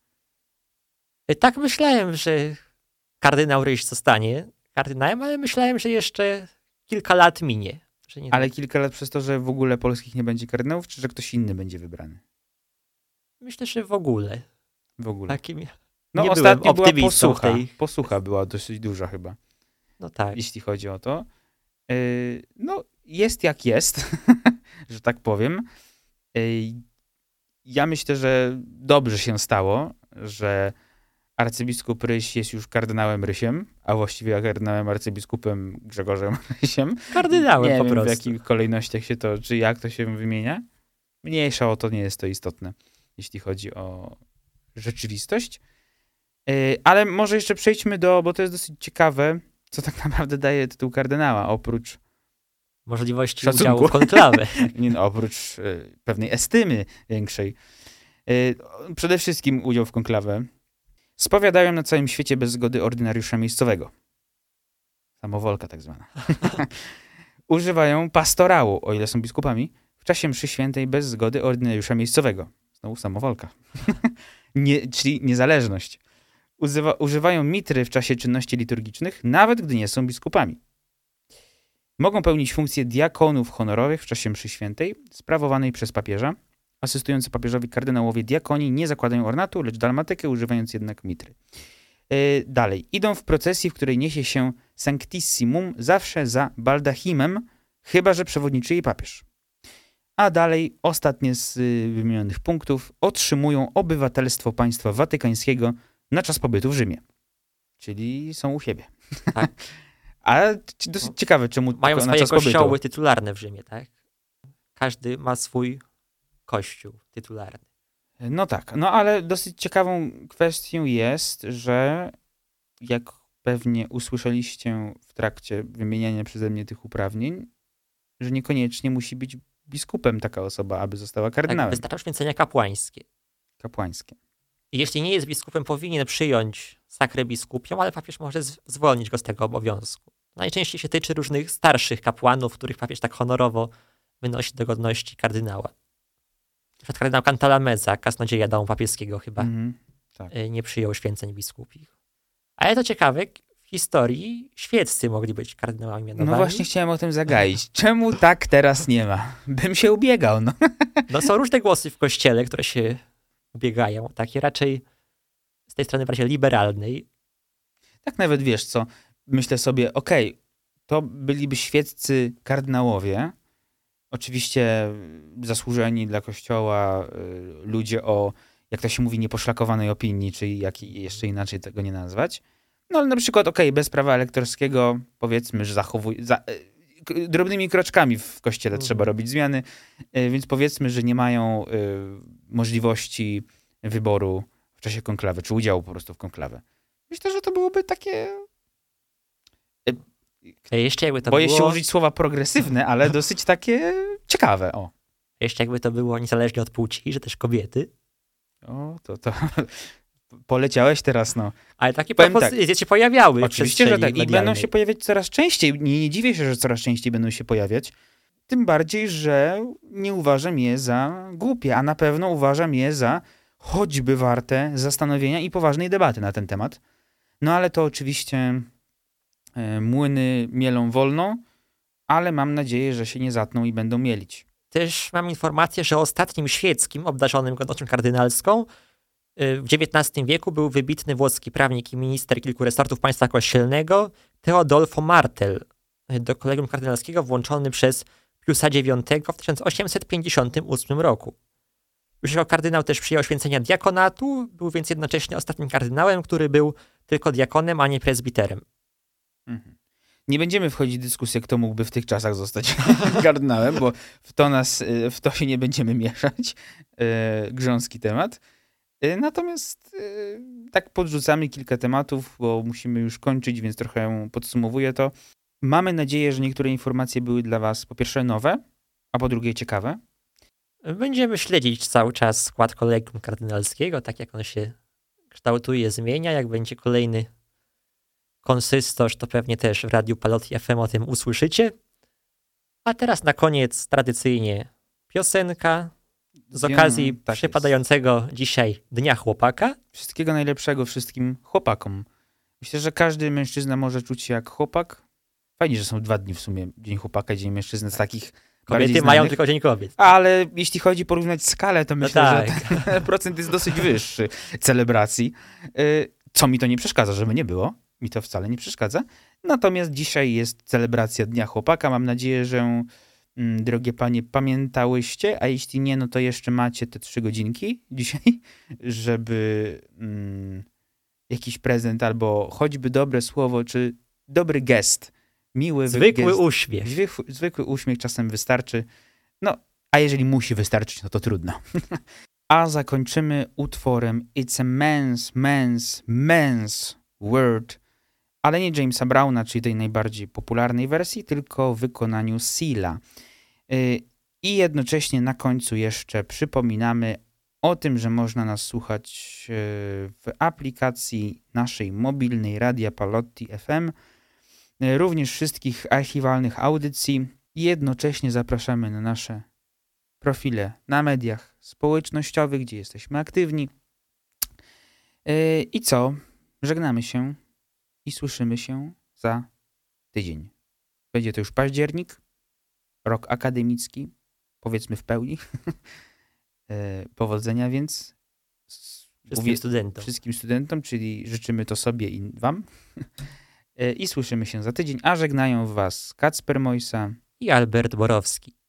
Tak myślałem, że kardynał Ryś zostanie kardynałem, ale myślałem, że jeszcze kilka lat minie. Że nie Ale kilka lat przez to, że w ogóle polskich nie będzie kardynałów, czy że ktoś inny będzie wybrany? Myślę, że w ogóle. W ogóle. Takim No nie ostatnio byłem była optymistą w posłucha. tej... Posłucha była dosyć duża chyba, No tak. jeśli chodzi o to. Yy, no jest jak jest, że tak powiem. Yy, ja myślę, że dobrze się stało, że arcybiskup Ryś jest już kardynałem Rysiem, a właściwie kardynałem arcybiskupem Grzegorzem Rysiem. Kardynałem nie po wiem, prostu. w jakich kolejnościach się to, czy jak to się wymienia. Mniejsza o to, nie jest to istotne, jeśli chodzi o rzeczywistość. Yy, ale może jeszcze przejdźmy do, bo to jest dosyć ciekawe, co tak naprawdę daje tytuł kardynała, oprócz Możliwości szacunku. udziału w konklawe. nie, no, oprócz y, pewnej estymy większej. Y, przede wszystkim udział w konklawę. Spowiadają na całym świecie bez zgody ordynariusza miejscowego. Samowolka tak zwana. Używają pastorału, o ile są biskupami, w czasie mszy świętej bez zgody ordynariusza miejscowego. Znowu samowolka. nie, czyli niezależność. Używa, używają mitry w czasie czynności liturgicznych, nawet gdy nie są biskupami. Mogą pełnić funkcję diakonów honorowych w czasie mszy świętej, sprawowanej przez papieża. Asystujący papieżowi kardynałowie diakoni nie zakładają ornatu, lecz dalmatykę, używając jednak mitry. Yy, dalej. Idą w procesji, w której niesie się sanctissimum zawsze za baldachimem, chyba że przewodniczy jej papież. A dalej, ostatnie z y, wymienionych punktów, otrzymują obywatelstwo państwa watykańskiego na czas pobytu w Rzymie. Czyli są u siebie. Tak. Ale dosyć ciekawe, czemu Mają tylko na swoje czas pobytu. kościoły tytularne w Rzymie, tak? Każdy ma swój kościół tytularny. No tak, no ale dosyć ciekawą kwestią jest, że jak pewnie usłyszeliście w trakcie wymieniania przeze mnie tych uprawnień, że niekoniecznie musi być biskupem taka osoba, aby została Tak, kardynałem. wystarczą święcenia kapłańskie. Kapłańskie. I jeśli nie jest biskupem, powinien przyjąć sakrę biskupią, ale papież może z- zwolnić go z tego obowiązku. Najczęściej się tyczy różnych starszych kapłanów, których papież tak honorowo wynosi do godności kardynała. Na przykład kardynał Cantalamessa, kaznodzieja domu papieskiego chyba, Mhm, tak. y, nie przyjął święceń biskupich. Ale to ciekawe, w historii świeccy mogli być kardynałami mianowani. No właśnie chciałem o tym zagaić. Czemu tak teraz nie ma? Bym się ubiegał, no. No są różne głosy w kościele, które się ubiegają. Takie raczej z tej strony bardziej liberalnej. Tak nawet wiesz co, myślę sobie, okej, okay, to byliby świeccy kardynałowie, oczywiście zasłużeni dla Kościoła y, ludzie o, jak to się mówi, nieposzlakowanej opinii, czyli jak jeszcze inaczej tego nie nazwać. No ale na przykład, okej, okay, bez prawa elektorskiego, powiedzmy, że zachowuj, za, y, drobnymi kroczkami w Kościele Mhm. trzeba robić zmiany, y, więc powiedzmy, że nie mają y, możliwości wyboru w czasie konklawy, czy udziału po prostu w konklawę. Myślę, że to byłoby takie... A Jeszcze jakby to Boję było, się użyć słowa progresywne, ale dosyć takie ciekawe. O. jeszcze jakby to było niezależnie od płci, że też kobiety. O, to, to poleciałeś teraz, no. Ale takie Powiem propozycje tak. się pojawiały. Oczywiście, że tak. I medialnej. będą się pojawiać coraz częściej. Nie, nie dziwię się, że coraz częściej będą się pojawiać. Tym bardziej, że nie uważam je za głupie, a na pewno uważam je za choćby warte zastanowienia i poważnej debaty na ten temat. No ale to oczywiście e, młyny mielą wolno, ale mam nadzieję, że się nie zatną i będą mielić. Też mam informację, że ostatnim świeckim obdarzonym godnością kardynalską y, w dziewiętnastym wieku był wybitny włoski prawnik i minister kilku resortów państwa kościelnego Teodolfo Martel, y, do kolegium kardynalskiego włączony przez Piusa dziewiątego w tysiąc osiemset pięćdziesiątym ósmym roku. Już jako kardynał też przyjął święcenia diakonatu, był więc jednocześnie ostatnim kardynałem, który był tylko diakonem, a nie prezbiterem. Mhm. Nie będziemy wchodzić w dyskusję, kto mógłby w tych czasach zostać kardynałem, bo w to, nas, w to się nie będziemy mieszać. E, grząski temat. E, natomiast e, tak podrzucamy kilka tematów, bo musimy już kończyć, więc trochę podsumowuję to. Mamy nadzieję, że niektóre informacje były dla was po pierwsze nowe, a po drugie ciekawe. Będziemy śledzić cały czas skład kolegium kardynalskiego, tak jak on się kształtuje, zmienia. Jak będzie kolejny konsystorz, to pewnie też w Radiu Palotti F M o tym usłyszycie. A teraz na koniec tradycyjnie piosenka z okazji Wiem, tak przypadającego jest. dzisiaj Dnia Chłopaka. Wszystkiego najlepszego wszystkim chłopakom. Myślę, że każdy mężczyzna może czuć się jak chłopak. Fajnie, że są dwa dni w sumie, Dzień Chłopaka i Dzień Mężczyzny z takich Kobiety mają tylko Dzień Kobiet. Ale jeśli chodzi porównać skalę, to myślę, no tak. że ten procent jest dosyć wyższy celebracji. Co mi to nie przeszkadza, żeby nie było. Mi to wcale nie przeszkadza. Natomiast dzisiaj jest celebracja Dnia Chłopaka. Mam nadzieję, że mm, drogie panie pamiętałyście, a jeśli nie, no to jeszcze macie te trzy godzinki dzisiaj, żeby mm, jakiś prezent albo choćby dobre słowo, czy dobry gest, miły Zwykły gest, uśmiech. Zwykły, zwykły uśmiech czasem wystarczy. No, a jeżeli musi wystarczyć, no to trudno. A zakończymy utworem It's a Man's, Man's, Man's Word, ale nie Jamesa Browna, czyli tej najbardziej popularnej wersji, tylko w wykonaniu Seala. I jednocześnie na końcu jeszcze przypominamy o tym, że można nas słuchać w aplikacji naszej mobilnej Radia Palotti F M, również wszystkich archiwalnych audycji. Jednocześnie zapraszamy na nasze profile na mediach społecznościowych, gdzie jesteśmy aktywni. I co? Żegnamy się i słyszymy się za tydzień. Będzie to już październik, rok akademicki, powiedzmy w pełni. Powodzenia więc Wszystkim mówię, studentom. Wszystkim studentom, czyli życzymy to sobie i wam. I słyszymy się za tydzień, a żegnają was Kacper Mojsa i Albert Borowski.